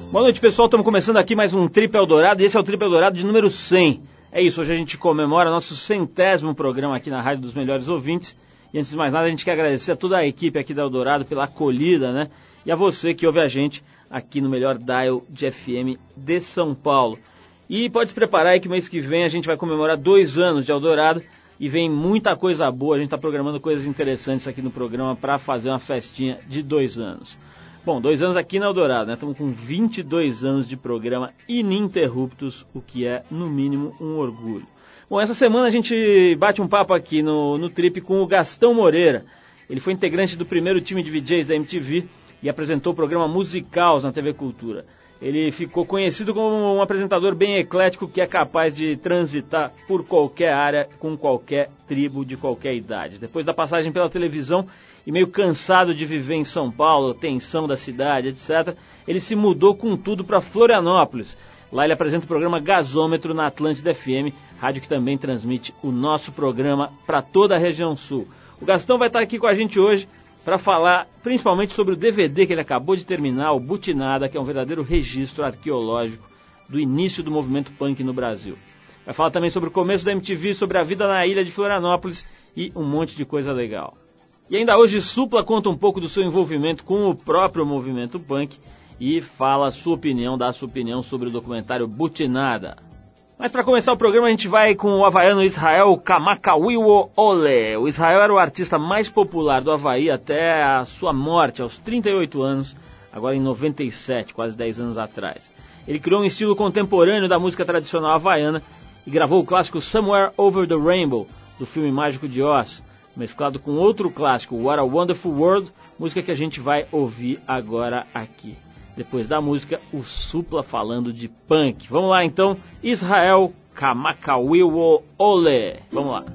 Boa noite, pessoal. Estamos começando aqui mais um Trip Eldorado e esse é o Trip Eldorado de número 100. É isso, hoje a gente comemora nosso 100º programa aqui na Rádio dos Melhores Ouvintes. E antes de mais nada, a gente quer agradecer a toda a equipe aqui da Eldorado pela acolhida, né? E a você que ouve a gente aqui no melhor dial de FM de São Paulo. E pode se preparar aí que mês que vem a gente vai comemorar 2 anos de Eldorado e vem muita coisa boa. A gente está programando coisas interessantes aqui no programa para fazer uma festinha de 2 anos. Bom, 2 anos aqui na Eldorado, né? Estamos com 22 anos de programa ininterruptos, o que é, no mínimo, um orgulho. Bom, essa semana a gente bate um papo aqui no Trip com o Gastão Moreira. Ele foi integrante do primeiro time de VJs da MTV e apresentou o programa Musicaus na TV Cultura. Ele ficou conhecido como um apresentador bem eclético que é capaz de transitar por qualquer área, com qualquer tribo, de qualquer idade. Depois da passagem pela televisão e meio cansado de viver em São Paulo, tensão da cidade, etc., ele se mudou com tudo para Florianópolis. Lá ele apresenta o programa Gasômetro na Atlântida FM, rádio que também transmite o nosso programa para toda a região sul. O Gastão vai estar aqui com a gente hoje para falar principalmente sobre o DVD que ele acabou de terminar, o Butinada, que é um verdadeiro registro arqueológico do início do movimento punk no Brasil. Vai falar também sobre o começo da MTV, sobre a vida na ilha de Florianópolis e um monte de coisa legal. E ainda hoje Supla conta um pouco do seu envolvimento com o próprio movimento punk e fala a sua opinião, dá a sua opinião sobre o documentário Butinada. Mas para começar o programa a gente vai com o havaiano Israel Kamakawiwo Ole. O Israel era o artista mais popular do Havaí até a sua morte aos 38 anos, agora em 97, quase 10 anos atrás. Ele criou um estilo contemporâneo da música tradicional havaiana e gravou o clássico Somewhere Over the Rainbow, do filme Mágico de Oz, mesclado com outro clássico, What a Wonderful World, música que a gente vai ouvir agora aqui. Depois da música, o Supla falando de punk. Vamos lá então, Israel Kamakawiwo Ole. Vamos lá.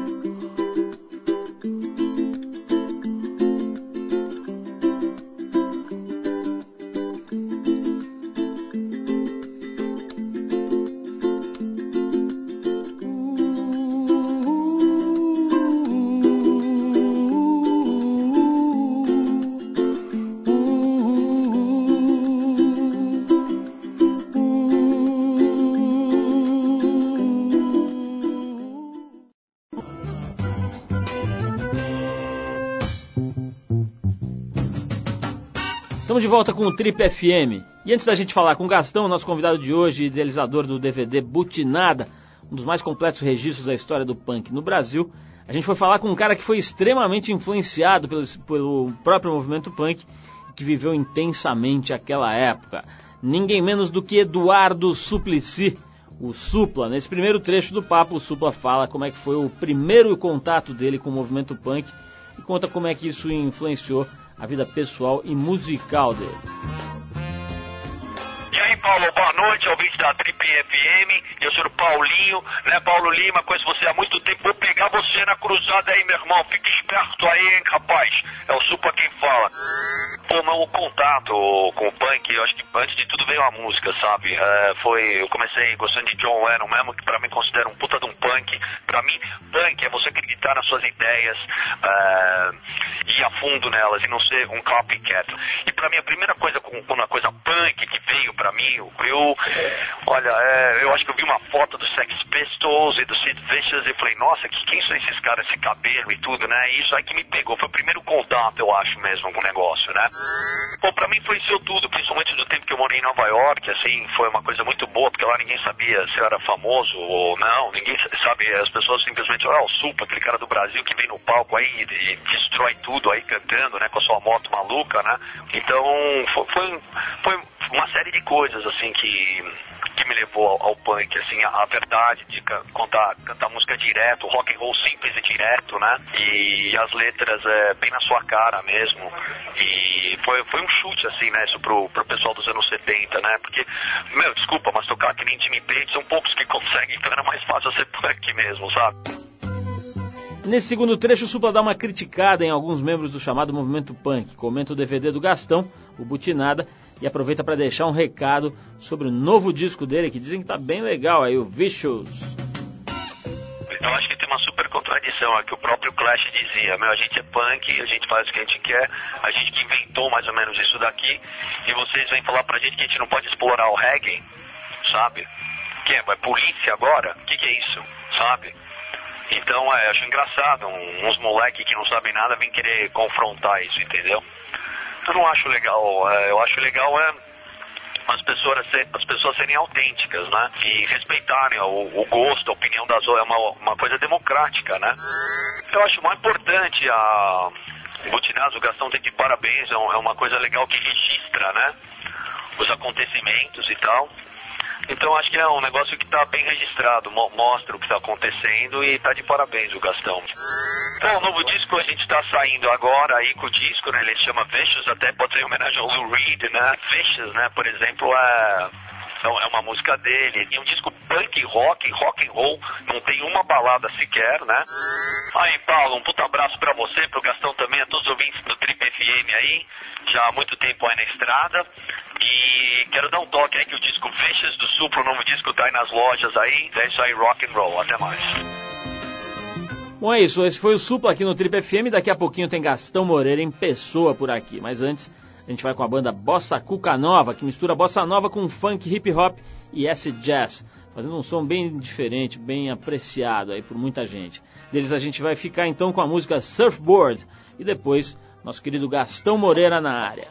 Estamos de volta com o Trip FM. E antes da gente falar com o Gastão, nosso convidado de hoje, idealizador do DVD Butinada, um dos mais completos registros da história do punk no Brasil, a gente foi falar com um cara que foi extremamente influenciado pelo próprio movimento punk e que viveu intensamente aquela época. Ninguém menos do que Eduardo Suplicy, o Supla. Nesse primeiro trecho do papo, o Supla fala como é que foi o primeiro contato dele com o movimento punk e conta como é que isso influenciou a vida pessoal e musical dele. E aí, Paulo, boa noite, ouvinte da Trip FM, eu sou o Paulinho, né, Paulo Lima, conheço você há muito tempo, vou pegar você na cruzada aí, meu irmão, fica esperto aí, hein, rapaz, é o Supla quem fala. Pô, meu contato com o punk, eu acho que antes de tudo veio a música, sabe, eu comecei gostando de John Lennon mesmo, que pra mim considero um puta de um punk. Pra mim, punk é você acreditar nas suas ideias, ir a fundo nelas e não ser um copycat. E pra mim a primeira coisa, quando a coisa punk que veio pra mim, eu acho que eu vi uma foto do Sex Pistols e do Sid Vicious e falei, nossa, quem são esses caras, esse cabelo e tudo, né? E isso aí que me pegou, foi o primeiro contato, eu acho mesmo, com o negócio, né? Bom, pra mim influenciou tudo, principalmente do tempo que eu morei em Nova York, assim, foi uma coisa muito boa, porque lá ninguém sabia se eu era famoso ou não, ninguém sabe, as pessoas simplesmente, o Supla, aquele cara do Brasil que vem no palco aí e destrói tudo aí cantando, né, com a sua moto maluca, né? Então, foi uma série de coisas, assim, que me levou ao punk, assim, a verdade de cantar música direto, rock and roll simples e direto, né? E as letras bem na sua cara mesmo. E foi um chute, assim, né? Isso pro pessoal dos anos 70, né? Porque, desculpa, mas tocar que nem Jimmy Page, são poucos que conseguem, então era mais fácil ser punk mesmo, sabe? Nesse segundo trecho, o Supla dá uma criticada em alguns membros do chamado movimento punk, comenta o DVD do Gastão, o Butinada, e aproveita para deixar um recado sobre o novo disco dele, que dizem que tá bem legal aí, o Vicious. Eu acho que tem uma super contradição, é que o próprio Clash dizia, a gente é punk, a gente faz o que a gente quer, a gente que inventou mais ou menos isso daqui, e vocês vêm falar pra gente que a gente não pode explorar o reggae, sabe? Que é polícia agora? O que é isso, sabe? Então, eu acho engraçado, uns moleques que não sabem nada vêm querer confrontar isso, entendeu? Eu não acho legal, eu acho legal as pessoas serem autênticas, né? E respeitarem o gosto, a opinião das outras, é uma coisa democrática, né? Eu acho mais importante Butinaz, o Gastão tem de parabéns, é uma coisa legal que registra, né? Os acontecimentos e tal. Então acho que é um negócio que está bem registrado, mostra o que está acontecendo e está de parabéns o Gastão. Então o novo disco a gente está saindo agora aí com o disco, né? Ele se chama Vicious, até pode ser em homenagem ao Lou Reed, né? Vicious, né? Por exemplo, é uma música dele. E um disco punk rock and roll, não tem uma balada sequer, né? Aí, Paulo, um puta abraço pra você, pro Gastão também, a todos os ouvintes do Trip FM aí, já há muito tempo aí na estrada. E quero dar um toque aí que o disco Vicious do Supla, o novo disco tá aí nas lojas aí. É isso aí, rock and roll. Até mais. Bom, é isso. Esse foi o Supla aqui no Trip FM. Daqui a pouquinho tem Gastão Moreira em pessoa por aqui. Mas antes, a gente vai com a banda Bossa Cuca Nova, que mistura bossa nova com funk, hip hop e acid jazz, fazendo um som bem diferente, bem apreciado aí por muita gente. Deles a gente vai ficar então com a música Surfboard e depois nosso querido Gastão Moreira na área.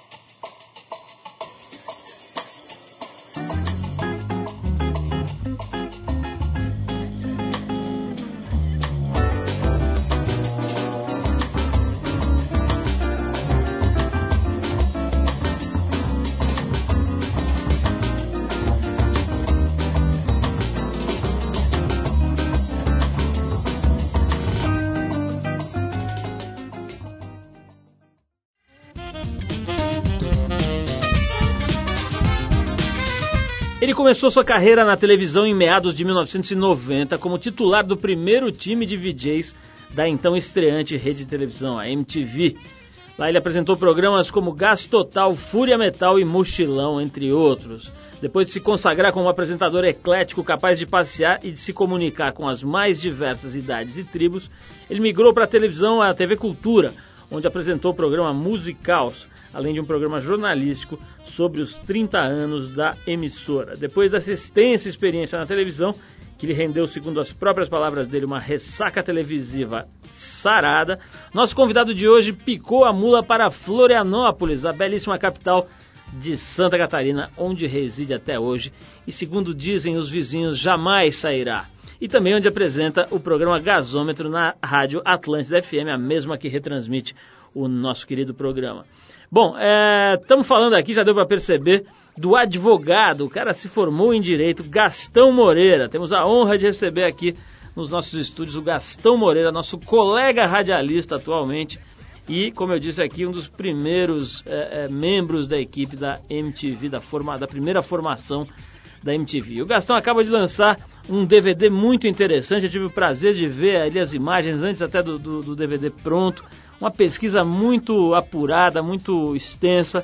Ele começou sua carreira na televisão em meados de 1990 como titular do primeiro time de VJs da então estreante rede de televisão, a MTV. Lá ele apresentou programas como Gás Total, Fúria Metal e Mochilão, entre outros. Depois de se consagrar como um apresentador eclético capaz de passear e de se comunicar com as mais diversas idades e tribos, ele migrou para a televisão, a TV Cultura, onde apresentou o programa Musicaus, além de um programa jornalístico sobre os 30 anos da emissora. Depois dessa extensa experiência na televisão, que lhe rendeu, segundo as próprias palavras dele, uma ressaca televisiva sarada, nosso convidado de hoje picou a mula para Florianópolis, a belíssima capital de Santa Catarina, onde reside até hoje e, segundo dizem os vizinhos, jamais sairá. E também onde apresenta o programa Gasômetro na Rádio Atlântida FM, a mesma que retransmite o nosso querido programa. Bom, estamos falando aqui, já deu para perceber, do advogado, o cara se formou em Direito, Gastão Moreira. Temos a honra de receber aqui nos nossos estúdios o Gastão Moreira, nosso colega radialista atualmente e, como eu disse aqui, um dos primeiros membros da equipe da MTV, da primeira formação da MTV. O Gastão acaba de lançar um DVD muito interessante, eu tive o prazer de ver ali as imagens antes até do DVD pronto, uma pesquisa muito apurada, muito extensa.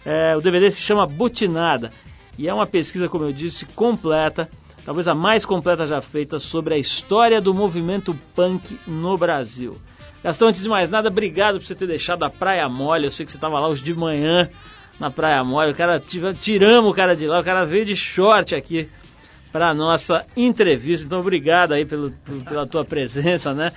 O DVD se chama Butinada e é uma pesquisa, como eu disse, completa, talvez a mais completa já feita sobre a história do movimento punk no Brasil. Gastão, antes de mais nada, obrigado por você ter deixado a Praia Mole. Eu sei que você estava lá hoje de manhã na Praia Mole, tiramos o cara de lá, o cara veio de short aqui para a nossa entrevista, então obrigado aí pela tua presença, né?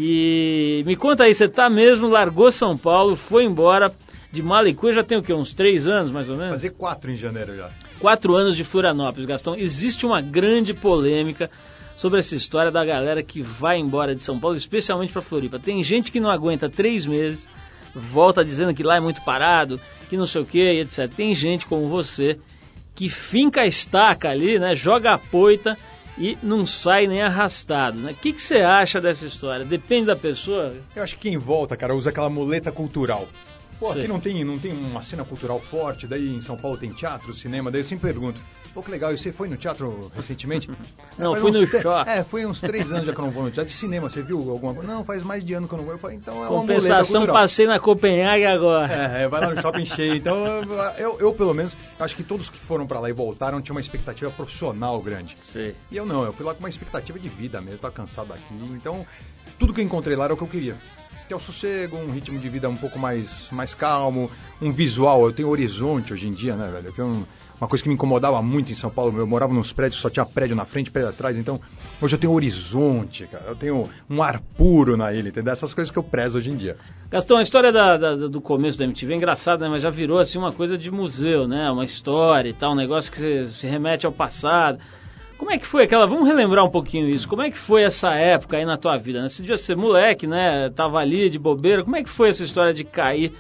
E me conta aí, você largou São Paulo, foi embora de mala e cuia, já tem o quê? Uns 3 anos, mais ou menos? Fazer 4 em janeiro já. 4 anos de Florianópolis, Gastão. Existe uma grande polêmica sobre essa história da galera que vai embora de São Paulo, especialmente para Floripa. Tem gente que não aguenta 3 meses, volta dizendo que lá é muito parado, que não sei o que, etc. Tem gente como você que finca a estaca ali, né, joga a poita e não sai nem arrastado, né? O que você acha dessa história? Depende da pessoa? Eu acho que quem volta, cara, usa aquela muleta cultural. Pô, aqui não tem uma cena cultural forte, daí em São Paulo tem teatro, cinema, daí eu sempre pergunto, pô, que legal, e você foi no teatro recentemente? Não, fui no show. Foi uns 3 anos já que eu não vou no teatro. De cinema, você viu alguma coisa? Não, faz mais de ano que eu não vou. Eu falei, então é uma muleta cultural. Compensação, passei na Copenhague agora. Vai lá no shopping cheio. Então, eu pelo menos, acho que todos que foram pra lá e voltaram tinham uma expectativa profissional grande. Sim. E eu não, eu fui lá com uma expectativa de vida mesmo, tava cansado daqui. Então, tudo que eu encontrei lá era o que eu queria. Que é o sossego, um ritmo de vida um pouco mais calmo, um visual. Eu tenho horizonte hoje em dia, né, velho? Eu tenho uma coisa que me incomodava muito em São Paulo. Eu morava nos prédios que só tinha prédio na frente, prédio atrás. Então, hoje eu tenho horizonte, cara. Eu tenho um ar puro na ilha, entendeu? Essas coisas que eu prezo hoje em dia. Gastão, a história do começo da MTV é engraçada, né? Mas já virou assim uma coisa de museu, né? Uma história e tal, um negócio que se remete ao passado. Como é que foi aquela... Vamos relembrar um pouquinho isso. Como é que foi essa época aí na tua vida, né? Você devia ser moleque, né? Tava ali de bobeira. Como é que foi essa história de cair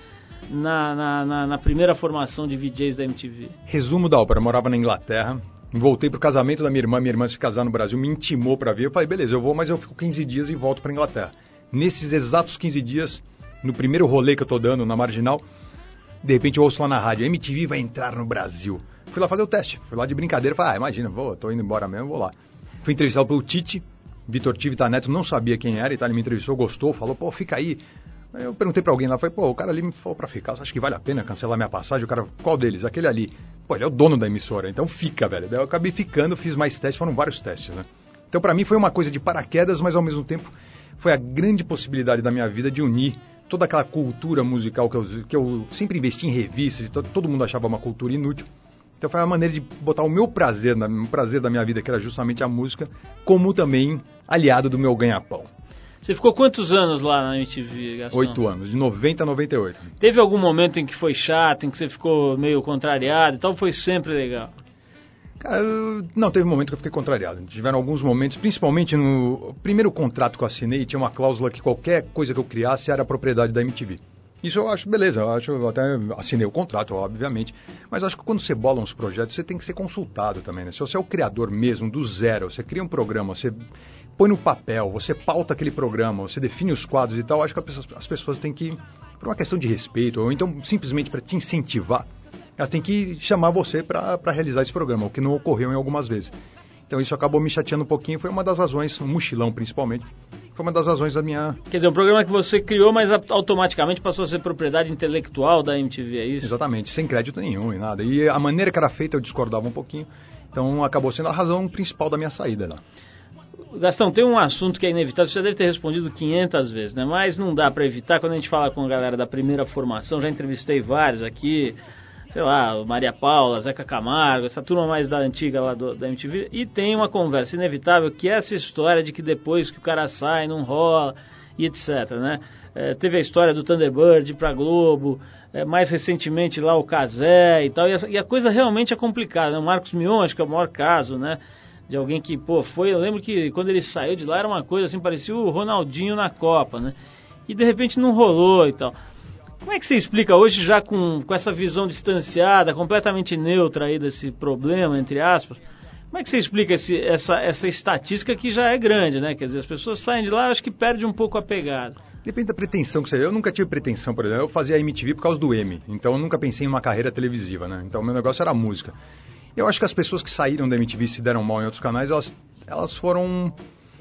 na primeira formação de VJs da MTV? Resumo da ópera. Eu morava na Inglaterra. Voltei pro casamento da minha irmã. Minha irmã se casar no Brasil. Me intimou pra vir. Eu falei, beleza, eu vou, mas eu fico 15 dias e volto pra Inglaterra. Nesses exatos 15 dias, no primeiro rolê que eu tô dando na Marginal, de repente eu ouço lá na rádio, a MTV vai entrar no Brasil. Fui lá fazer o teste, fui lá de brincadeira, falei, imagina, tô indo embora mesmo, vou lá. Fui entrevistado pelo Tite, Vitor Tivita Neto, não sabia quem era, ele me entrevistou, gostou, falou, pô, fica aí. Aí eu perguntei pra alguém lá, falei, pô, o cara ali me falou pra ficar, você acha que vale a pena cancelar minha passagem? O cara, qual deles? Aquele ali. Pô, ele é o dono da emissora, então fica, velho. Daí eu acabei ficando, fiz mais testes, foram vários testes, né? Então pra mim foi uma coisa de paraquedas, mas ao mesmo tempo foi a grande possibilidade da minha vida de unir toda aquela cultura musical que eu sempre investi em revistas, e todo mundo achava uma cultura inútil. Então foi uma maneira de botar o meu prazer, o prazer da minha vida, que era justamente a música, como também aliado do meu ganha-pão. Você ficou quantos anos lá na MTV, Gastão? 8 anos, de 90 a 98. Teve algum momento em que foi chato, em que você ficou meio contrariado e tal, foi sempre legal? Cara, não, teve um momento que eu fiquei contrariado. Tiveram alguns momentos, principalmente no primeiro contrato que eu assinei, tinha uma cláusula que qualquer coisa que eu criasse era propriedade da MTV. Isso eu acho beleza, eu até assinei o contrato, obviamente, mas acho que quando você bola uns projetos, você tem que ser consultado também, né? Se você é o criador mesmo, do zero, você cria um programa, você põe no papel, você pauta aquele programa, você define os quadros e tal, acho que as pessoas têm que, por uma questão de respeito, ou então simplesmente para te incentivar, elas têm que chamar você para realizar esse programa, o que não ocorreu em algumas vezes. Então isso acabou me chateando um pouquinho, foi uma das razões, um mochilão principalmente, foi uma das razões da minha... Quer dizer, um programa que você criou, mas automaticamente passou a ser propriedade intelectual da MTV, é isso? Exatamente, sem crédito nenhum e nada. E a maneira que era feita eu discordava um pouquinho, então acabou sendo a razão principal da minha saída lá. Gastão, tem um assunto que é inevitável, você já deve ter respondido 500 vezes, né? Mas não dá para evitar, quando a gente fala com a galera da primeira formação, já entrevistei vários aqui, sei lá, Maria Paula, Zeca Camargo, essa turma mais da antiga lá da MTV, e tem uma conversa inevitável, que é essa história de que depois que o cara sai, não rola, e etc, né? Teve a história do Thunderbird pra Globo, mais recentemente lá o Cazé e tal, e a coisa realmente é complicada, né? O Marcos Mion, acho que é o maior caso, né? De alguém que, eu lembro que quando ele saiu de lá era uma coisa assim, parecia o Ronaldinho na Copa, né? E de repente não rolou e tal. Como é que você explica hoje, já com essa visão distanciada, completamente neutra aí desse problema, entre aspas, como é que você explica essa estatística que já é grande, né? Quer dizer, as pessoas saem de lá, acho que perde um pouco a pegada. Depende da pretensão que você... Eu nunca tive pretensão, por exemplo, eu fazia a MTV por causa do M, então eu nunca pensei em uma carreira televisiva, né? Então o meu negócio era a música. Eu acho que as pessoas que saíram da MTV e se deram mal em outros canais, elas foram...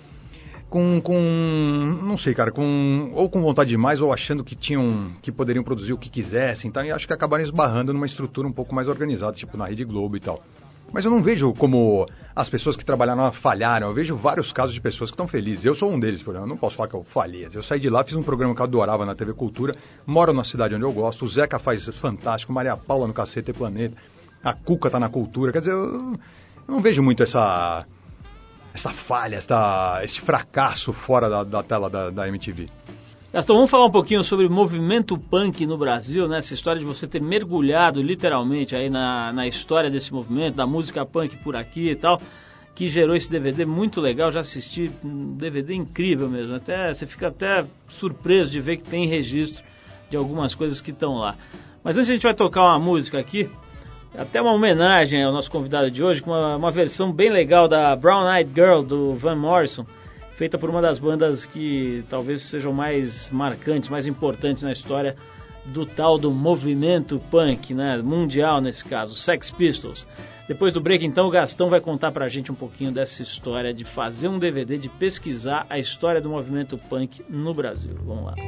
não sei, cara, ou com vontade demais, ou achando que poderiam produzir o que quisessem, então, e acho que acabaram esbarrando numa estrutura um pouco mais organizada, tipo na Rede Globo e tal. Mas eu não vejo como as pessoas que trabalharam lá falharam, eu vejo vários casos de pessoas que estão felizes. Eu sou um deles, por exemplo, eu não posso falar que eu falhei. Eu saí de lá, fiz um programa que eu adorava na TV Cultura, moro na cidade onde eu gosto, o Zeca faz fantástico, Maria Paula no Cacete e Planeta, a Cuca tá na Cultura, quer dizer, eu não vejo muito essa falha, esse fracasso fora da tela da MTV. Gastão, vamos falar um pouquinho sobre movimento punk no Brasil, né? Essa história de você ter mergulhado literalmente aí na história desse movimento, da música punk por aqui e tal, que gerou esse DVD muito legal. Já assisti, um DVD incrível mesmo, você fica até surpreso de ver que tem registro de algumas coisas que estão lá. Mas antes a gente vai tocar uma música aqui, até uma homenagem ao nosso convidado de hoje, com uma versão bem legal da Brown Eyed Girl, do Van Morrison, feita por uma das bandas que talvez sejam mais marcantes, mais importantes na história do tal do movimento punk, né, mundial nesse caso, Sex Pistols. Depois do break, então, o Gastão vai contar pra gente um pouquinho dessa história de fazer um DVD, de pesquisar a história do movimento punk no Brasil. Vamos lá.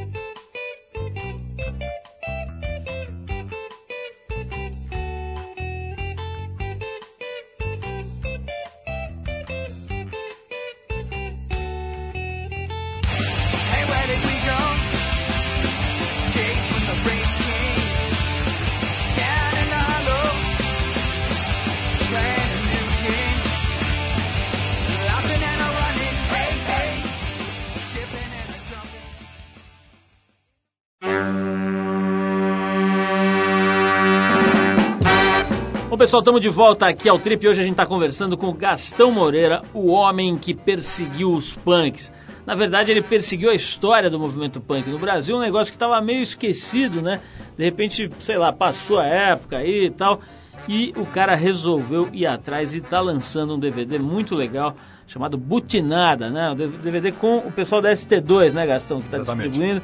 Pessoal, estamos de volta aqui ao Trip e hoje a gente está conversando com o Gastão Moreira, o homem que perseguiu os punks. Na verdade, ele perseguiu a história do movimento punk no Brasil, um negócio que estava meio esquecido, né? De repente, sei lá, passou a época aí e tal, e o cara resolveu ir atrás e está lançando um DVD muito legal, chamado Butinada, né? Um DVD com o pessoal da ST2, né, Gastão, que está distribuindo.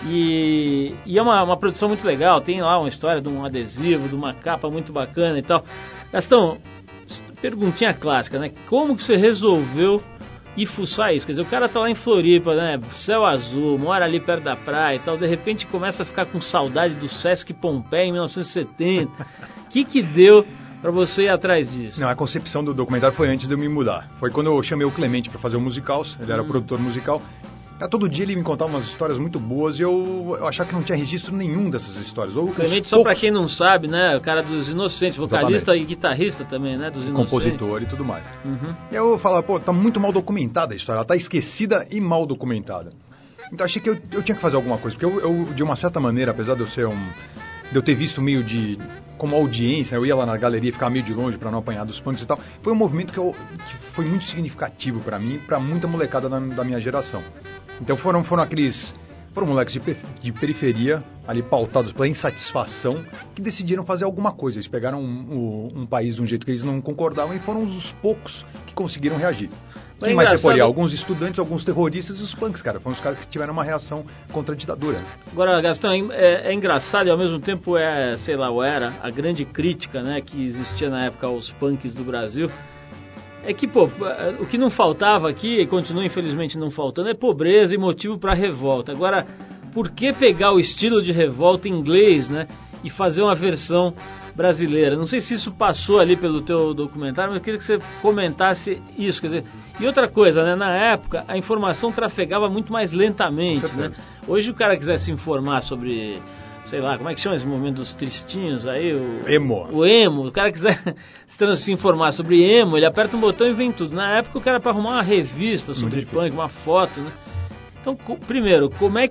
E é uma produção muito legal, tem lá uma história de um adesivo, de uma capa muito bacana e tal. Gastão, perguntinha clássica, né? Como que você resolveu ir fuçar isso? Quer dizer, o cara tá lá em Floripa, né? Céu azul, mora ali perto da praia e tal, de repente começa a ficar com saudade do Sesc Pompeia em 1970. O que deu pra você ir atrás disso? Não, a concepção do documentário foi antes de eu me mudar. Foi quando eu chamei o Clemente para fazer o musical, ele era produtor musical. Todo dia ele me contava umas histórias muito boas e eu achava que não tinha registro nenhum dessas histórias. O Clemente, só pra quem não sabe, né? O cara dos Inocentes, vocalista Exatamente. E guitarrista também, né? Dos Inocentes. Compositor e tudo mais. E eu falava, pô, tá muito mal documentada a história, ela tá esquecida e mal documentada. Então achei que eu tinha que fazer alguma coisa, porque eu de uma certa maneira, apesar de eu ser de eu ter visto meio de como audiência, eu ia lá na galeria e ficava meio de longe para não apanhar dos punks e tal, foi um movimento que foi muito significativo para mim, para muita molecada da minha geração. Então foram moleques de periferia, ali pautados pela insatisfação, que decidiram fazer alguma coisa. Eles pegaram um país de um jeito que eles não concordavam e foram os poucos que conseguiram reagir. Quem mais você pode? Alguns estudantes, alguns terroristas e os punks, cara. Foram os caras que tiveram uma reação contra a ditadura. Agora, Gastão, é engraçado e ao mesmo tempo era a grande crítica, né, que existia na época aos punks do Brasil. É que, pô, o que não faltava aqui, e continua infelizmente não faltando, é pobreza e motivo para revolta. Agora, por que pegar o estilo de revolta inglês, né, e fazer uma versão brasileira? Não sei se isso passou ali pelo teu documentário, mas eu queria que você comentasse isso. Quer dizer, e outra coisa, né, na época a informação trafegava muito mais lentamente, né? Hoje o cara quiser se informar sobre, sei lá, como é que chama esse movimento dos tristinhos aí? O emo. O cara quiser se informar sobre emo, ele aperta um botão e vem tudo. Na época o cara, para arrumar uma revista sobre punk, uma foto, né? Então, primeiro,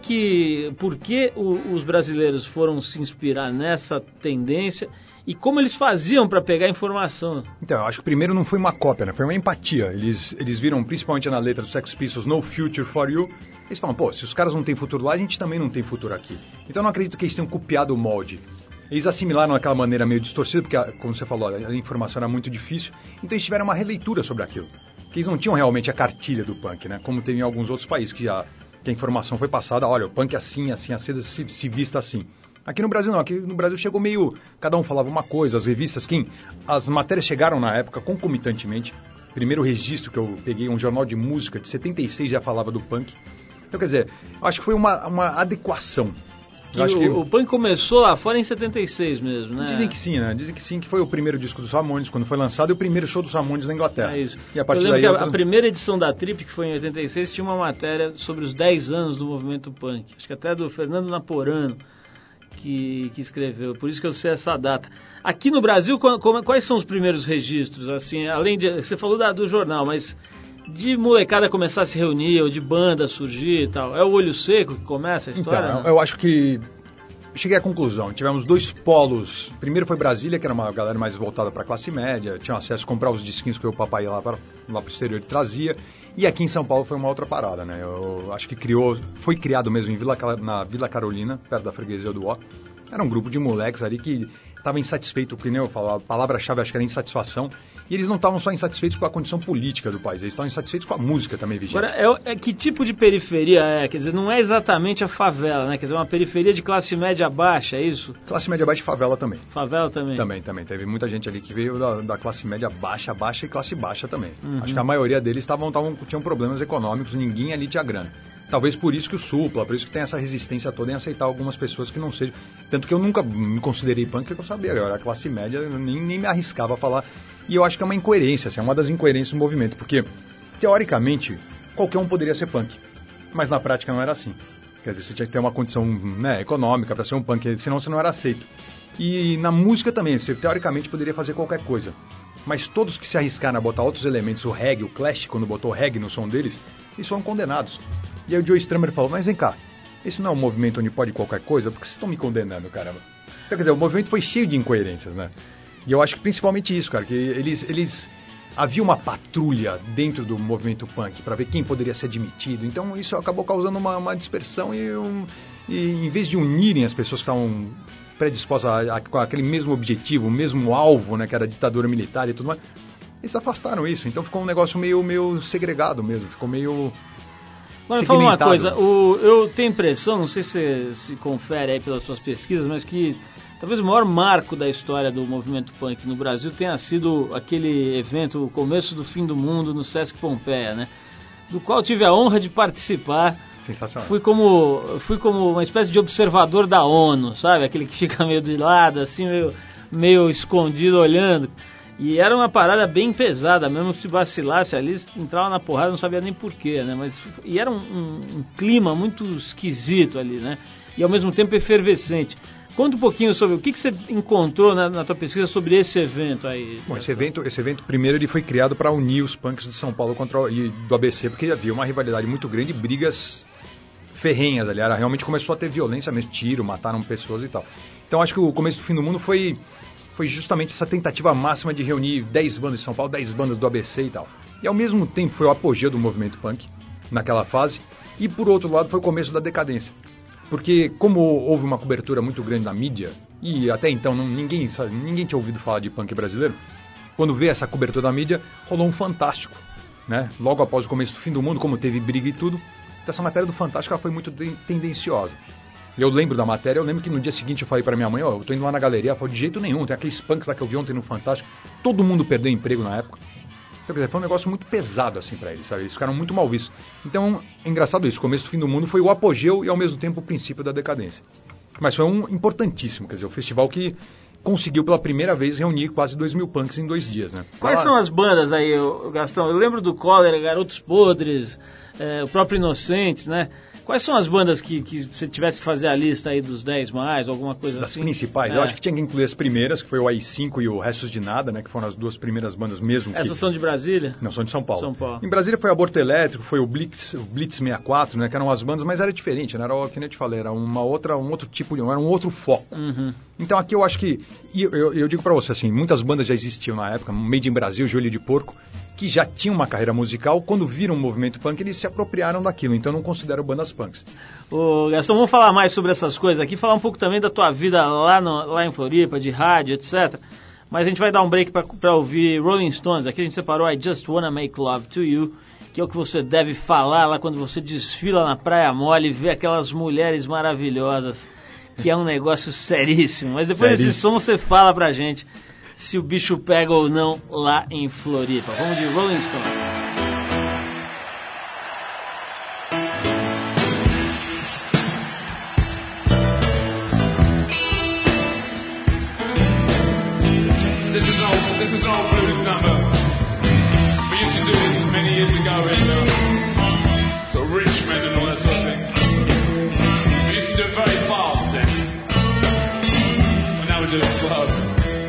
por que os brasileiros foram se inspirar nessa tendência e como eles faziam para pegar informação? Então, eu acho que primeiro não foi uma cópia, né? Foi uma empatia. Eles viram, principalmente na letra do Sex Pistols, No Future for You. Eles falam, pô, se os caras não têm futuro lá, a gente também não tem futuro aqui. Então eu não acredito que eles tenham copiado o molde. Eles assimilaram daquela maneira meio distorcida, porque, como você falou, a informação era muito difícil. Então eles tiveram uma releitura sobre aquilo. Que eles não tinham realmente a cartilha do punk, né? Como tem em alguns outros países, que a informação foi passada, olha, o punk é assim, assim, se vista assim. Aqui no Brasil não, aqui no Brasil chegou meio, cada um falava uma coisa, as revistas, as matérias chegaram na época concomitantemente. Primeiro registro que eu peguei, um jornal de música de 76 já falava do punk. Então, quer dizer, acho que foi uma adequação. O punk começou lá fora em 76 mesmo, né? Dizem que sim, né? Dizem que sim, que foi o primeiro disco dos Ramones, quando foi lançado, e o primeiro show dos Ramones na Inglaterra. É isso. E a partir daí... que a primeira edição da Trip, que foi em 86, tinha uma matéria sobre os 10 anos do movimento punk. Acho que até do Fernando Naporano, que escreveu. Por isso que eu sei essa data. Aqui no Brasil, quais são os primeiros registros? Assim, além de... Você falou do jornal, mas... de molecada começar a se reunir, ou de banda surgir e tal. É o Olho Seco que começa a história? Então, eu acho que... cheguei à conclusão. Tivemos dois polos. Primeiro foi Brasília, que era uma galera mais voltada para a classe média. Tinha acesso a comprar os disquinhos que o papai ia lá para o exterior e trazia. E aqui em São Paulo foi uma outra parada, né? Eu acho que foi criado mesmo na Vila Carolina, perto da freguesia do Ó. Era um grupo de moleques ali que estava insatisfeito, que nem eu falo, a palavra-chave acho que era insatisfação, e eles não estavam só insatisfeitos com a condição política do país, eles estavam insatisfeitos com a música também vigente. Agora, que tipo de periferia é? Quer dizer, não é exatamente a favela, né? Quer dizer, uma periferia de classe média baixa, é isso? Classe média baixa e favela também. Favela também? Também. Teve muita gente ali que veio da classe média baixa e classe baixa também. Acho que a maioria deles tinham problemas econômicos, ninguém ali tinha grana. Talvez por isso que o Supla, por isso que tem essa resistência toda em aceitar algumas pessoas que não sejam... Tanto que eu nunca me considerei punk, porque eu sabia, eu era classe média, eu nem me arriscava a falar. E eu acho que é uma incoerência, assim, é uma das incoerências do movimento, porque, teoricamente, qualquer um poderia ser punk, mas na prática não era assim. Quer dizer, você tinha que ter uma condição, né, econômica para ser um punk, senão você não era aceito. E na música também, você teoricamente poderia fazer qualquer coisa. Mas todos que se arriscaram a botar outros elementos, o reggae, o Clash, quando botou reggae no som deles, eles foram condenados. E aí o Joe Strummer falou, mas vem cá, isso não é um movimento onde pode qualquer coisa? Por que vocês estão me condenando, caramba? Então, quer dizer, o movimento foi cheio de incoerências, né? E eu acho que principalmente isso, cara, que eles havia uma patrulha dentro do movimento punk para ver quem poderia ser admitido. Então isso acabou causando uma dispersão e em vez de unirem as pessoas que estavam predispostas com aquele mesmo objetivo, o mesmo alvo, né, que era a ditadura militar e tudo mais, eles afastaram isso. Então ficou um negócio meio segregado mesmo, ficou meio... Mas fala uma coisa, eu tenho impressão, não sei se você se confere aí pelas suas pesquisas, mas que talvez o maior marco da história do movimento punk no Brasil tenha sido aquele evento, o Começo do Fim do Mundo, no Sesc Pompeia, né? Do qual tive a honra de participar. Sensacional. Fui como uma espécie de observador da ONU, sabe? Aquele que fica meio de lado, assim, meio escondido, olhando. E era uma parada bem pesada, mesmo se vacilasse ali, entrava na porrada, não sabia nem porquê, né? E era um clima muito esquisito ali, né? E ao mesmo tempo efervescente. Conta um pouquinho sobre o que você encontrou na tua pesquisa sobre esse evento aí. Bom, esse evento primeiro ele foi criado para unir os punks de São Paulo e do ABC, porque havia uma rivalidade muito grande, brigas ferrenhas ali. Realmente começou a ter violência mesmo, tiro, mataram pessoas e tal. Então acho que o Começo do Fim do Mundo foi justamente essa tentativa máxima de reunir 10 bandas de São Paulo, 10 bandas do ABC e tal. E ao mesmo tempo foi o apogeu do movimento punk naquela fase, e por outro lado foi o começo da decadência. Porque como houve uma cobertura muito grande na mídia, e até então ninguém tinha ouvido falar de punk brasileiro, quando veio essa cobertura da mídia, rolou um Fantástico, né? Logo após o Começo do Fim do Mundo, como teve briga e tudo, essa matéria do Fantástico ela foi muito tendenciosa. Eu lembro da matéria, eu lembro que no dia seguinte eu falei pra minha mãe, eu tô indo lá na galeria, ela falou, de jeito nenhum, tem aqueles punks lá que eu vi ontem no Fantástico, todo mundo perdeu emprego na época. Então, quer dizer, foi um negócio muito pesado assim pra eles, sabe? Eles ficaram muito mal vistos. Então, é engraçado isso, o Começo do Fim do Mundo foi o apogeu e ao mesmo tempo o princípio da decadência. Mas foi um importantíssimo, quer dizer, o festival que conseguiu pela primeira vez reunir quase 2.000 punks em 2 dias, né? Quais são as bandas aí, Gastão? Eu lembro do Cólera, Garotos Podres, o próprio Inocentes, né? Quais são as bandas que você tivesse que fazer a lista aí dos 10 mais, alguma coisa das assim? Das principais, eu acho que tinha que incluir as primeiras, que foi o AI-5 e o Restos de Nada, né? Que foram as 2 primeiras bandas mesmo. Essas são de Brasília? Não, são de São Paulo. São Paulo. Em Brasília foi Aborto Elétrico, foi o Blitz 64, né? Que eram as bandas, mas era diferente, né? Era o que eu te falei, era um outro tipo, era um outro foco. Uhum. Então aqui eu acho que, eu digo pra você assim, muitas bandas já existiam na época, Made in Brasil, Joelho de Porco, que já tinham uma carreira musical, quando viram o movimento punk, eles se apropriaram daquilo, então eu não considero bandas punks. Ô, Gastão, vamos falar mais sobre essas coisas aqui, falar um pouco também da tua vida lá em Floripa, de rádio, etc. Mas a gente vai dar um break pra ouvir Rolling Stones. Aqui a gente separou I Just Wanna Make Love to You, que é o que você deve falar lá quando você desfila na Praia Mole e vê aquelas mulheres maravilhosas, que é um negócio seríssimo. Mas depois desse som você fala pra gente se o bicho pega ou não lá em Floripa. Vamos de Rolling Stones. This is an old blues number. We used to do this many years ago in sort of Richmond and all that sort of thing. We used to do it very fast then. And now we do it slow.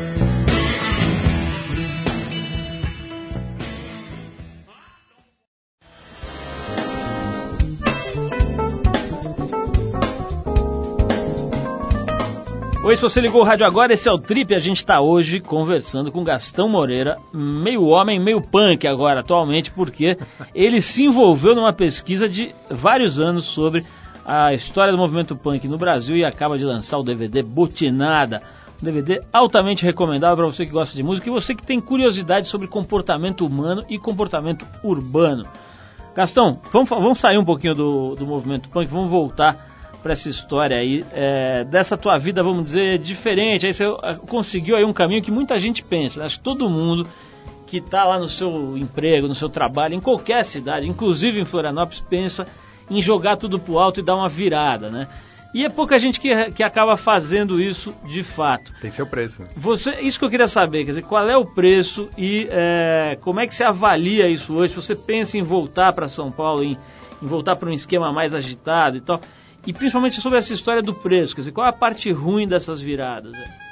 Oi, se você ligou o rádio agora, esse é o Trip. A gente está hoje conversando com Gastão Moreira, meio homem, meio punk agora, atualmente, porque ele se envolveu numa pesquisa de vários anos sobre a história do movimento punk no Brasil e acaba de lançar o DVD Butinada, Um DVD altamente recomendável para você que gosta de música e você que tem curiosidade sobre comportamento humano e comportamento urbano. Gastão, vamos sair um pouquinho do movimento punk, vamos voltar para essa história aí, dessa tua vida, vamos dizer, diferente. Aí você conseguiu aí um caminho que muita gente pensa, né? Acho que todo mundo que está lá no seu emprego, no seu trabalho, em qualquer cidade, inclusive em Florianópolis, pensa em jogar tudo pro alto e dar uma virada, né? E é pouca gente que acaba fazendo isso de fato. Tem seu preço. Isso que eu queria saber, quer dizer, qual é o preço e como é que você avalia isso hoje? Se você pensa em voltar para São Paulo, em voltar para um esquema mais agitado e tal, e principalmente sobre essa história do preço, quer dizer, qual é a parte ruim dessas viradas?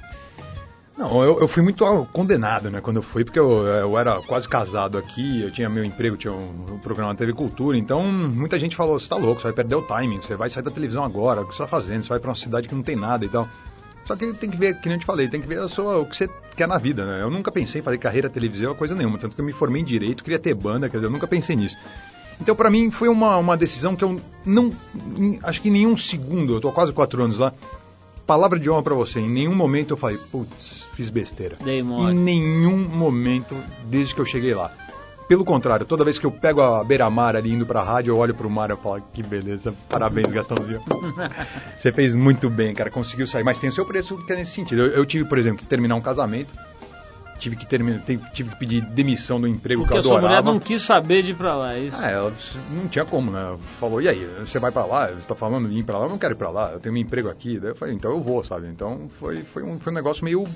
Não, eu fui muito condenado, né, quando eu fui, porque eu era quase casado aqui, eu tinha meu emprego, tinha um programa na TV Cultura, então muita gente falou, você tá louco, você vai perder o timing, você vai sair da televisão agora, o que você tá fazendo, você vai pra uma cidade que não tem nada e tal. Só que tem que ver, que nem eu te falei, tem que ver o que você quer na vida, né, eu nunca pensei em fazer carreira televisiva, coisa nenhuma, tanto que eu me formei em Direito, queria ter banda, quer dizer, eu nunca pensei nisso. Então, pra mim, foi uma decisão que eu não... Acho que em nenhum segundo, eu tô há quase 4 anos lá, palavra de honra pra você, em nenhum momento eu falei, putz, fiz besteira. Em nenhum momento, desde que eu cheguei lá. Pelo contrário, toda vez que eu pego a beira-mar ali, indo pra rádio, eu olho pro mar e eu falo, que beleza, parabéns, Gastãozinho. Você fez muito bem, cara, conseguiu sair. Mas tem o seu preço que é nesse sentido. Eu tive, por exemplo, que terminar um casamento. Tive que pedir demissão do emprego porque que eu adorava. Porque a sua mulher não quis saber de ir pra lá, é isso? Ela não tinha como, né? Falou, e aí, você vai pra lá? Você tá falando de ir pra lá? Eu não quero ir pra lá, eu tenho meu emprego aqui. Daí eu falei, então eu vou, sabe? Então foi um negócio meio...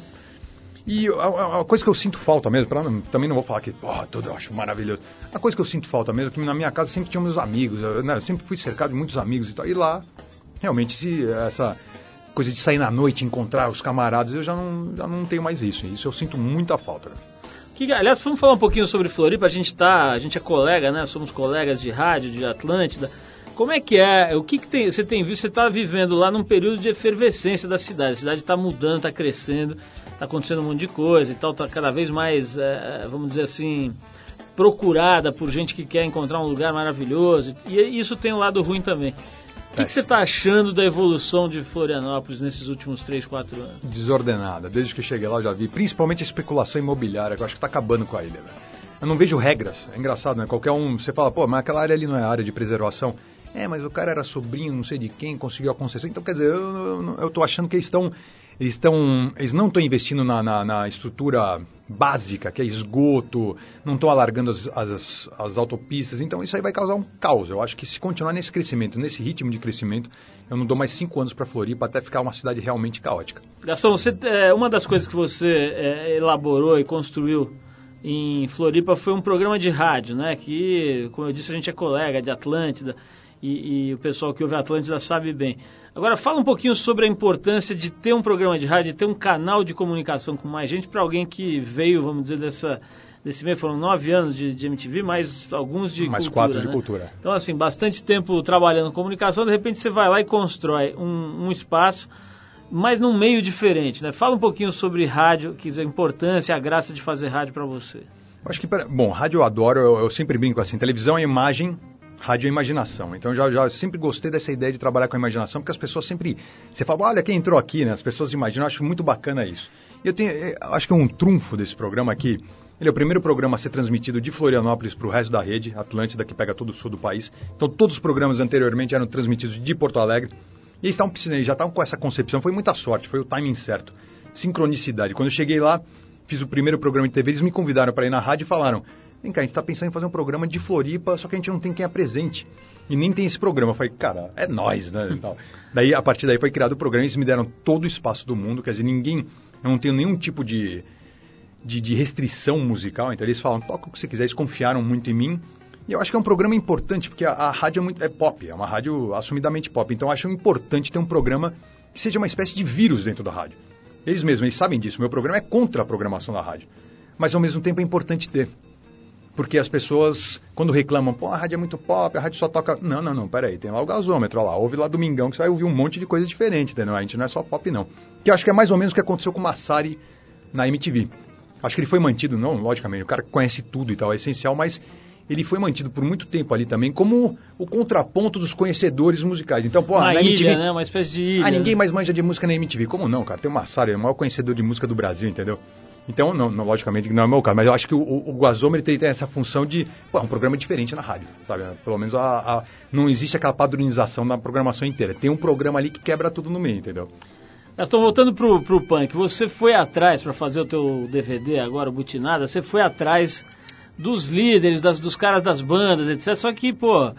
E a coisa que eu sinto falta mesmo, também não vou falar que, tudo eu acho maravilhoso. A coisa que eu sinto falta mesmo é que na minha casa sempre tinha meus amigos, eu sempre fui cercado de muitos amigos e tal. E lá, realmente, essa... coisa de sair na noite, encontrar os camaradas, eu já não tenho mais isso. Isso eu sinto muita falta. Aliás, vamos falar um pouquinho sobre Floripa. A gente é colega, né? Somos colegas de rádio, de Atlântida. Como é que é? O que você tem visto? Você está vivendo lá num período de efervescência da cidade. A cidade está mudando, está crescendo, está acontecendo um monte de coisa e tal. Está cada vez mais, vamos dizer assim, procurada por gente que quer encontrar um lugar maravilhoso. E isso tem um lado ruim também. O que você está achando da evolução de Florianópolis nesses últimos 3, 4 anos? Desordenada. Desde que eu cheguei lá eu já vi. Principalmente a especulação imobiliária, que eu acho que está acabando com a ilha. Né? Eu não vejo regras. É engraçado, né? Qualquer um... Você fala, mas aquela área ali não é área de preservação. Mas o cara era sobrinho, não sei de quem, conseguiu a concessão. Então, quer dizer, eu tô achando que eles não estão investindo na estrutura básica, que é esgoto, não estão alargando as autopistas. Então, isso aí vai causar um caos. Eu acho que se continuar nesse crescimento, nesse ritmo de crescimento, eu não dou mais 5 anos para Floripa até ficar uma cidade realmente caótica. Gastão, uma das coisas que você elaborou e construiu em Floripa foi um programa de rádio, né? Que, como eu disse, a gente é colega de Atlântida. E o pessoal que ouve a Atlântida sabe bem. Agora, fala um pouquinho sobre a importância de ter um programa de rádio, de ter um canal de comunicação com mais gente, para alguém que veio, vamos dizer, desse meio. Foram 9 anos de MTV, mais alguns de mais cultura. 4 de né? Cultura. Então, assim, bastante tempo trabalhando em comunicação, de repente você vai lá e constrói um espaço, mas num meio diferente, né? Fala um pouquinho sobre rádio, a importância, a graça de fazer rádio para você. Eu acho que, rádio eu adoro, eu sempre brinco assim, televisão é imagem, rádio é imaginação. Então já sempre gostei dessa ideia de trabalhar com a imaginação, porque as pessoas sempre... Você fala, olha quem entrou aqui, né? As pessoas imaginam, eu acho muito bacana isso. E eu acho que é um trunfo desse programa aqui. Ele é o primeiro programa a ser transmitido de Florianópolis para o resto da rede, Atlântida, que pega todo o sul do país. Então todos os programas anteriormente eram transmitidos de Porto Alegre. E eles já estavam com essa concepção, foi muita sorte, foi o timing certo. Sincronicidade. Quando eu cheguei lá, fiz o primeiro programa de TV, eles me convidaram para ir na rádio e falaram... Vem cá, a gente está pensando em fazer um programa de Floripa, só que a gente não tem quem apresente. E nem tem esse programa. Eu falei, cara, é nós, né? Daí, a partir daí foi criado o programa, eles me deram todo o espaço do mundo, quer dizer, eu não tenho nenhum tipo de restrição musical, então eles falam, toca o que você quiser, eles confiaram muito em mim. E eu acho que é um programa importante, porque a rádio é pop, é uma rádio assumidamente pop. Então eu acho importante ter um programa que seja uma espécie de vírus dentro da rádio. Eles sabem disso, meu programa é contra a programação da rádio. Mas ao mesmo tempo é importante ter. Porque as pessoas, quando reclamam, a rádio é muito pop, a rádio só toca... Não, peraí, tem lá o gasômetro, olha lá, ouve lá Domingão, que você vai ouvir um monte de coisa diferente, entendeu? A gente não é só pop, não. Que eu acho que é mais ou menos o que aconteceu com o Massari na MTV. Acho que ele foi mantido, não, logicamente, o cara conhece tudo e tal, é essencial, mas ele foi mantido por muito tempo ali também como o contraponto dos conhecedores musicais. Então, pô, Uma na ilha, MTV... né? Uma espécie de ilha. ninguém mais manja de música na MTV. Como não, cara? Tem o Massaro, é o maior conhecedor de música do Brasil, entendeu? Então, não, logicamente, não é o meu caso, mas eu acho que o Guazômetro tem essa função de, pô, é um programa diferente na rádio, sabe? Pelo menos não existe aquela padronização na programação inteira. Tem um programa ali que quebra tudo no meio, entendeu? Gastão, voltando pro punk, você foi atrás, para fazer o teu DVD agora, o Butinada, você foi atrás dos líderes, dos caras das bandas, etc. Só que, pô,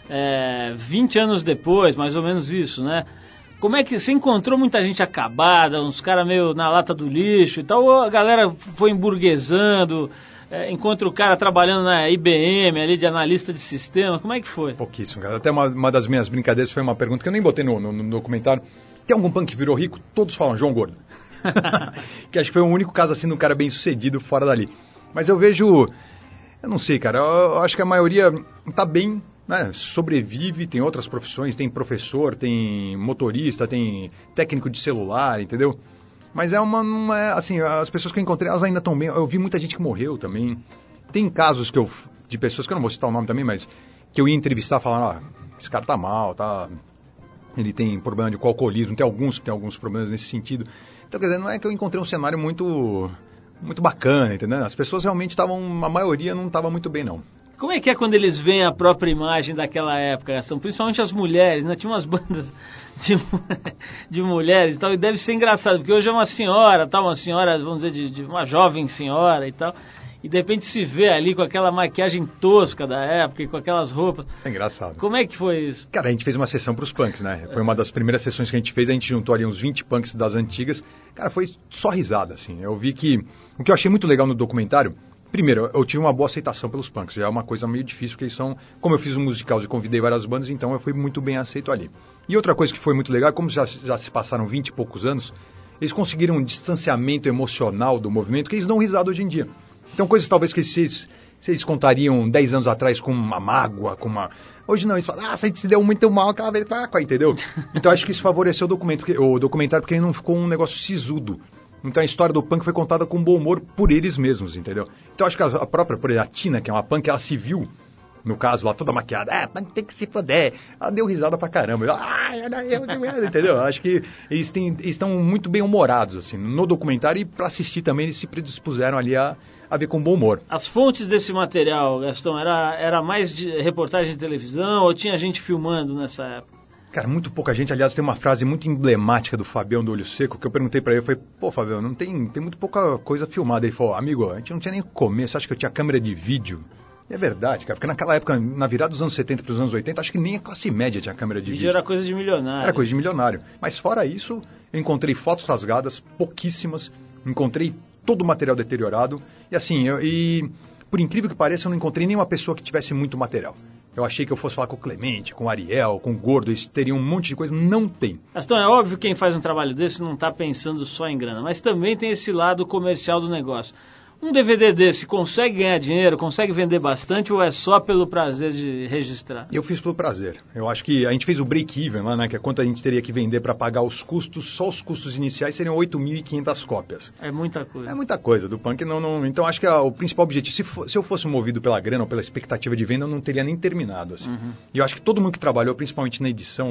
20 anos depois, mais ou menos isso, né? Como é que você encontrou muita gente acabada, uns caras meio na lata do lixo e tal, ou a galera foi emburguesando, encontra o cara trabalhando na IBM ali de analista de sistema, como é que foi? Pouquíssimo, cara. Até uma das minhas brincadeiras foi uma pergunta que eu nem botei no documentário. Tem algum punk que virou rico? Todos falam João Gordo. Que acho que foi o único caso assim de um cara bem sucedido fora dali. Mas eu vejo, eu não sei, cara, eu acho que a maioria tá bem, né, sobrevive, tem outras profissões, tem professor, tem motorista, tem técnico de celular, entendeu? Mas assim, as pessoas que eu encontrei, elas ainda estão bem. Eu vi muita gente que morreu também. Tem casos de pessoas, que eu não vou citar o nome também, mas que eu ia entrevistar falando, esse cara tá mal, ele tem problema de alcoolismo, tem alguns problemas nesse sentido. Então, quer dizer, não é que eu encontrei um cenário muito bacana, entendeu? As pessoas realmente a maioria não estava muito bem, não. Como é que é quando eles veem a própria imagem daquela época? São principalmente as mulheres, né? Tinha umas bandas de mulheres e tal, e deve ser engraçado, porque hoje é uma senhora, vamos dizer, de uma jovem senhora e tal, e de repente se vê ali com aquela maquiagem tosca da época e com aquelas roupas. É engraçado. Como é que foi isso? Cara, a gente fez uma sessão pros punks, né? Foi uma das primeiras sessões que a gente fez, a gente juntou ali uns 20 punks das antigas. Cara, foi só risada, assim. Eu vi que... O que eu achei muito legal no documentário... Primeiro, eu tive uma boa aceitação pelos punks. Já é uma coisa meio difícil, porque eles são... Como eu fiz um musical e convidei várias bandas, então eu fui muito bem aceito ali. E outra coisa que foi muito legal, como já se passaram 20 e poucos anos, eles conseguiram um distanciamento emocional do movimento que eles dão risada hoje em dia. Então, coisas talvez que se eles contariam 10 anos atrás com uma mágoa, com uma... Hoje não, eles falam, a gente se deu muito mal aquela vez, entendeu? Então, acho que isso favoreceu o documentário, porque ele não ficou um negócio sisudo. Então, a história do punk foi contada com bom humor por eles mesmos, entendeu? Então, acho que a própria, por exemplo, a Tina, que é uma punk, ela se viu, no caso lá, toda maquiada, punk tem que se foder. Ela deu risada pra caramba. Entendeu? Acho que eles estão muito bem humorados, assim, no documentário, e pra assistir também eles se predispuseram ali a ver com bom humor. As fontes desse material, Gastão, era mais de reportagem de televisão ou tinha gente filmando nessa época? Cara, muito pouca gente. Aliás, tem uma frase muito emblemática do Fabião do Olho Seco, que eu perguntei pra ele, eu falei, pô, Fabião, não tem muito pouca coisa filmada. Ele falou, amigo, a gente não tinha nem o que comer, você acha que eu tinha câmera de vídeo? E é verdade, cara, porque naquela época, na virada dos anos 70 para os anos 80, acho que nem a classe média tinha câmera de vídeo. Vídeo era coisa de milionário. Era coisa de milionário. Mas fora isso, eu encontrei fotos rasgadas, pouquíssimas, encontrei todo o material deteriorado, e assim, por incrível que pareça, eu não encontrei nenhuma pessoa que tivesse muito material. Eu achei que eu fosse falar com o Clemente, com o Ariel, com o Gordo, eles teriam um monte de coisa. Não tem. Gastão, é óbvio que quem faz um trabalho desse não está pensando só em grana, mas também tem esse lado comercial do negócio. Um DVD desse consegue ganhar dinheiro, consegue vender bastante ou é só pelo prazer de registrar? Eu fiz pelo prazer. Eu acho que a gente fez o break-even lá, né? Que é quanto a gente teria que vender para pagar os custos. Só os custos iniciais seriam 8.500 cópias. É muita coisa. É muita coisa. Do punk não... Então acho que o principal objetivo, se eu fosse movido pela grana ou pela expectativa de venda, eu não teria nem terminado, assim. Uhum. E eu acho que todo mundo que trabalhou, principalmente na edição,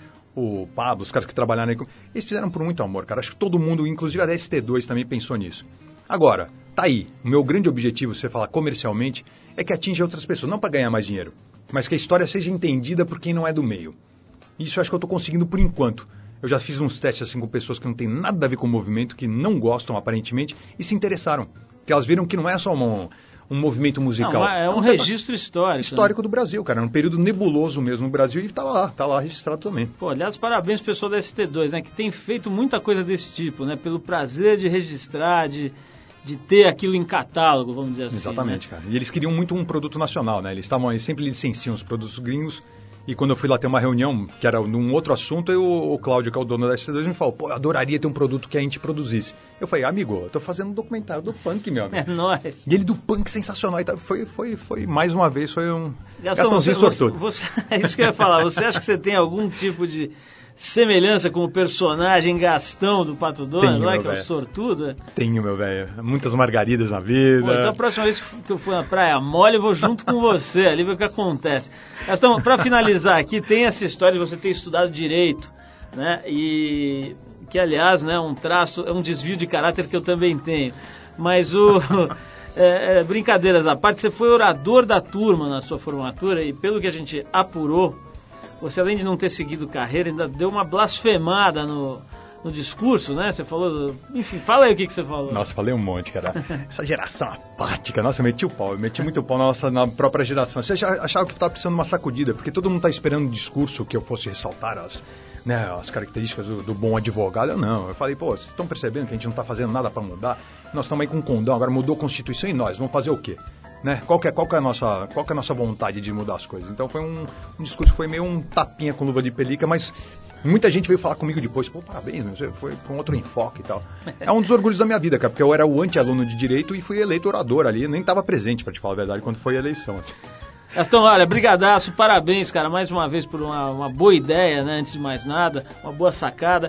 o Pablo, os caras que trabalharam aí, eles fizeram por muito amor, cara. Acho que todo mundo, inclusive a ST2 também pensou nisso. Agora, tá aí. O meu grande objetivo, se você falar comercialmente, é que atinja outras pessoas. Não para ganhar mais dinheiro, mas que a história seja entendida por quem não é do meio. Isso eu acho que eu estou conseguindo por enquanto. Eu já fiz uns testes assim com pessoas que não tem nada a ver com o movimento, que não gostam aparentemente, e se interessaram. Porque elas viram que não é só um movimento musical. Não, é um registro histórico. Histórico, né? Do Brasil, cara. Um período nebuloso mesmo no Brasil, e tá lá registrado também. Pô, aliás, parabéns pro pessoal da ST2, né? Que tem feito muita coisa desse tipo, né? Pelo prazer de registrar, de ter aquilo em catálogo, vamos dizer assim. Exatamente, né? Cara. E eles queriam muito um produto nacional, né? Eles sempre licenciam os produtos gringos. E quando eu fui lá ter uma reunião, que era num outro assunto, o Cláudio, que é o dono da ST2, me falou, pô, eu adoraria ter um produto que a gente produzisse. Eu falei, amigo, eu tô fazendo um documentário do punk, meu amigo. É nóis. E ele do punk sensacional. E foi mais uma vez, foi um Gastãozinho sortudo. É isso que eu ia falar. Você acha que você tem algum tipo de semelhança com o personagem Gastão do Pato Donald, Tenho, lá meu que é o velho. sortudo? Tenho, meu velho. Muitas margaridas na vida. Pô, então a próxima vez que eu for na Praia Mole, eu vou junto com você, ali ver o que acontece. Gastão, pra finalizar aqui, tem essa história de você ter estudado Direito, né? E que, aliás, né, é um desvio de caráter que eu também tenho. Mas brincadeiras à parte, você foi orador da turma na sua formatura e, pelo que a gente apurou, você, além de não ter seguido carreira, ainda deu uma blasfemada no discurso, né? Você falou... Enfim, fala aí o que você falou. Nossa, falei um monte, cara. Essa geração apática. Nossa, eu meti o pau. Eu meti muito pau na própria geração. Você achava que eu estava precisando de uma sacudida, porque todo mundo está esperando um discurso que eu fosse ressaltar as características do bom advogado. Eu não. Eu falei, pô, vocês estão percebendo que a gente não está fazendo nada para mudar? Nós estamos aí com um condão, agora mudou a Constituição e nós vamos fazer o quê? Né? Qual que é a nossa vontade de mudar as coisas? Então foi um discurso que foi meio um tapinha com luva de pelica, mas muita gente veio falar comigo depois, pô, parabéns, você foi com outro enfoque e tal. É um dos orgulhos da minha vida, cara, porque eu era o anti-aluno de Direito e fui eleito orador ali, eu nem estava presente, para te falar a verdade, quando foi a eleição. Assim. Gastão, olha, brigadaço, parabéns, cara, mais uma vez por uma boa ideia, né, antes de mais nada, uma boa sacada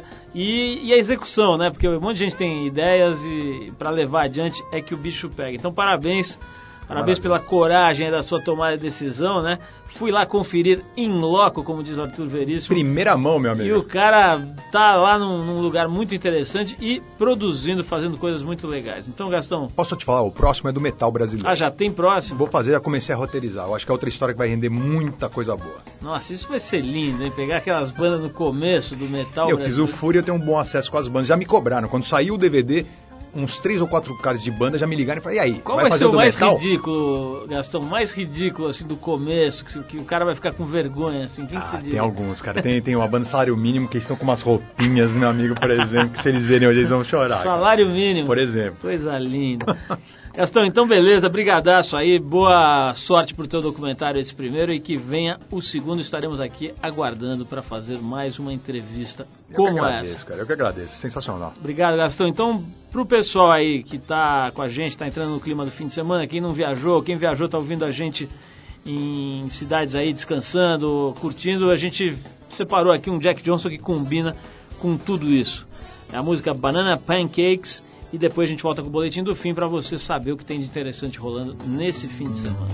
e a execução, né, porque um monte de gente tem ideias e para levar adiante é que o bicho pega. Então, parabéns pela coragem da sua tomada de decisão, né? Fui lá conferir in loco, como diz o Arthur Veríssimo. Primeira mão, meu amigo. E o cara tá lá num lugar muito interessante e produzindo, fazendo coisas muito legais. Então, Gastão... Posso te falar? O próximo é do metal brasileiro. Ah, já tem próximo? Vou fazer, já comecei a roteirizar. Eu acho que é outra história que vai render muita coisa boa. Nossa, isso vai ser lindo, hein? Pegar aquelas bandas no começo do metal eu brasileiro. Fiz o Fúria, eu tenho um bom acesso com as bandas. Já me cobraram. Quando saiu o DVD... uns 3 ou 4 caras de banda já me ligaram e falaram, e aí? Qual vai ser o mais metal? ridículo, Gastão? Mais ridículo, assim, do começo, que o cara vai ficar com vergonha, assim? Quem que você diz? Tem alguns, cara. Tem uma banda Salário Mínimo que estão com umas roupinhas, meu amigo, por exemplo, que se eles verem hoje eles vão chorar. Salário Mínimo. Por exemplo. Coisa linda. Gastão, então beleza, brigadaço aí, boa sorte pro teu documentário esse primeiro e que venha o segundo, estaremos aqui aguardando para fazer mais uma entrevista como essa. Eu que agradeço, cara, eu que agradeço, sensacional. Obrigado, Gastão. Então, pro pessoal aí que tá com a gente, tá entrando no clima do fim de semana, quem não viajou, quem viajou tá ouvindo a gente em cidades aí, descansando, curtindo, a gente separou aqui um Jack Johnson que combina com tudo isso. É a música Banana Pancakes. E depois a gente volta com o boletim do fim para você saber o que tem de interessante rolando nesse fim de semana.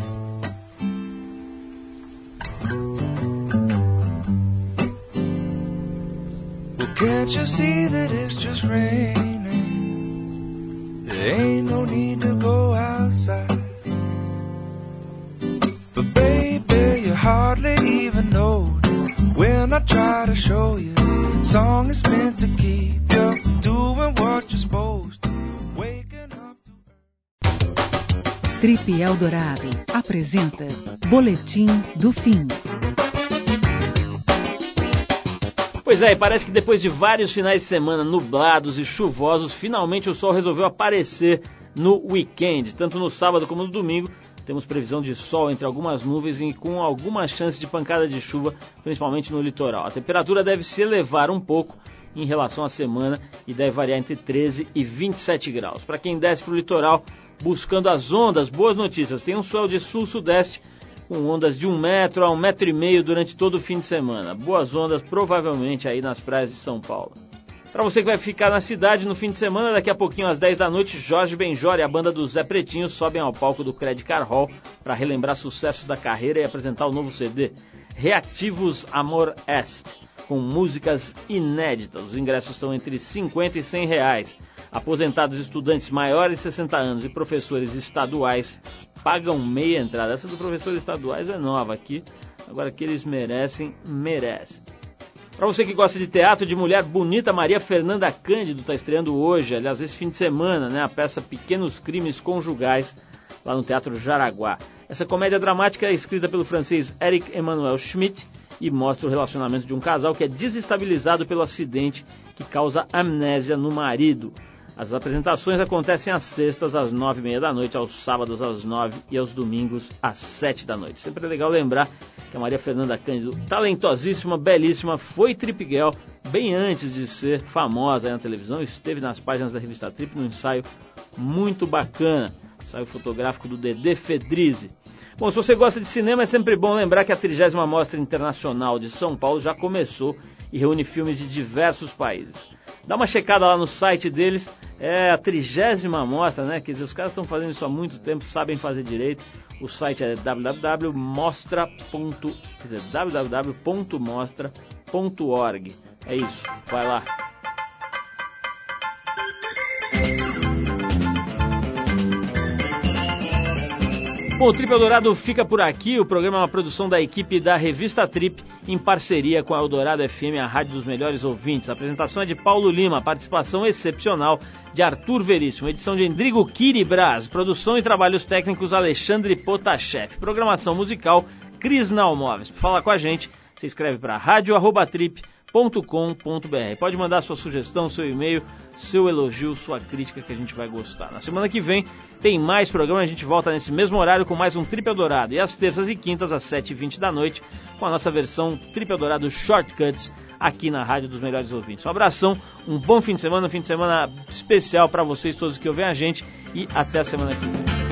Well, can't you see that it's just raining? There ain't no need to go outside. But baby, you hardly even notice when I try to show you. Song is meant to keep you doing what you're supposed to. Waking up to... Trip Eldorado apresenta Boletim do Fim. Pois é, e parece que depois de vários finais de semana nublados e chuvosos, finalmente o sol resolveu aparecer no weekend. Tanto no sábado como no domingo, temos previsão de sol entre algumas nuvens e com alguma chance de pancada de chuva, principalmente no litoral. A temperatura deve se elevar um pouco em relação à semana e deve variar entre 13 e 27 graus. Para quem desce para o litoral buscando as ondas, boas notícias. Tem um swell de sul-sudeste com ondas de 1 metro a 1,5 metro durante todo o fim de semana. Boas ondas provavelmente aí nas praias de São Paulo. Para você que vai ficar na cidade no fim de semana, daqui a pouquinho às 10 da noite, Jorge Benjor e a banda do Zé Pretinho sobem ao palco do Credit Car Hall para relembrar sucessos da carreira e apresentar o novo CD, Reactivos Amor Est, com músicas inéditas. Os ingressos estão entre 50 e 100 reais. Aposentados, estudantes maiores de 60 anos e professores estaduais pagam meia entrada. Essa dos professores estaduais é nova aqui, agora que eles merecem. Para você que gosta de teatro, de Mulher Bonita, Maria Fernanda Cândido está estreando hoje, aliás, esse fim de semana, né, a peça Pequenos Crimes Conjugais, lá no Teatro Jaraguá. Essa comédia dramática é escrita pelo francês Eric Emmanuel Schmitt e mostra o relacionamento de um casal que é desestabilizado pelo acidente que causa amnésia no marido. As apresentações acontecem às sextas, às 9h30 da noite, aos sábados, às 9h e aos domingos, às 7 da noite. Sempre é legal lembrar que a Maria Fernanda Cândido, talentosíssima, belíssima, foi Trip Girl bem antes de ser famosa aí na televisão. Esteve nas páginas da revista Trip num ensaio muito bacana, ensaio fotográfico do Dedê Fedrizi. Bom, se você gosta de cinema, é sempre bom lembrar que a 30ª Mostra Internacional de São Paulo já começou e reúne filmes de diversos países. Dá uma checada lá no site deles, é a 30ª mostra, né? Quer dizer, os caras estão fazendo isso há muito tempo, sabem fazer direito. O site é www.mostra.org. É isso, vai lá. Bom, o Trip Eldorado fica por aqui. O programa é uma produção da equipe da Revista Trip, em parceria com a Eldorado FM, a rádio dos melhores ouvintes. A apresentação é de Paulo Lima, participação excepcional de Arthur Veríssimo, edição de Endrigo Kiribras, produção e trabalhos técnicos Alexandre Potashev, programação musical Cris Nalmoves. Para falar com a gente, você escreve para radio@trip.com.br. Pode mandar sua sugestão, seu e-mail, seu elogio, sua crítica, que a gente vai gostar. Na semana que vem tem mais programa, a gente volta nesse mesmo horário com mais um Trip Eldorado. E às terças e quintas, às 7h20 da noite, com a nossa versão Trip Eldorado Shortcuts, aqui na Rádio dos Melhores Ouvintes. Um abração, um bom fim de semana, um fim de semana especial para vocês todos que ouvem a gente, e até a semana que vem.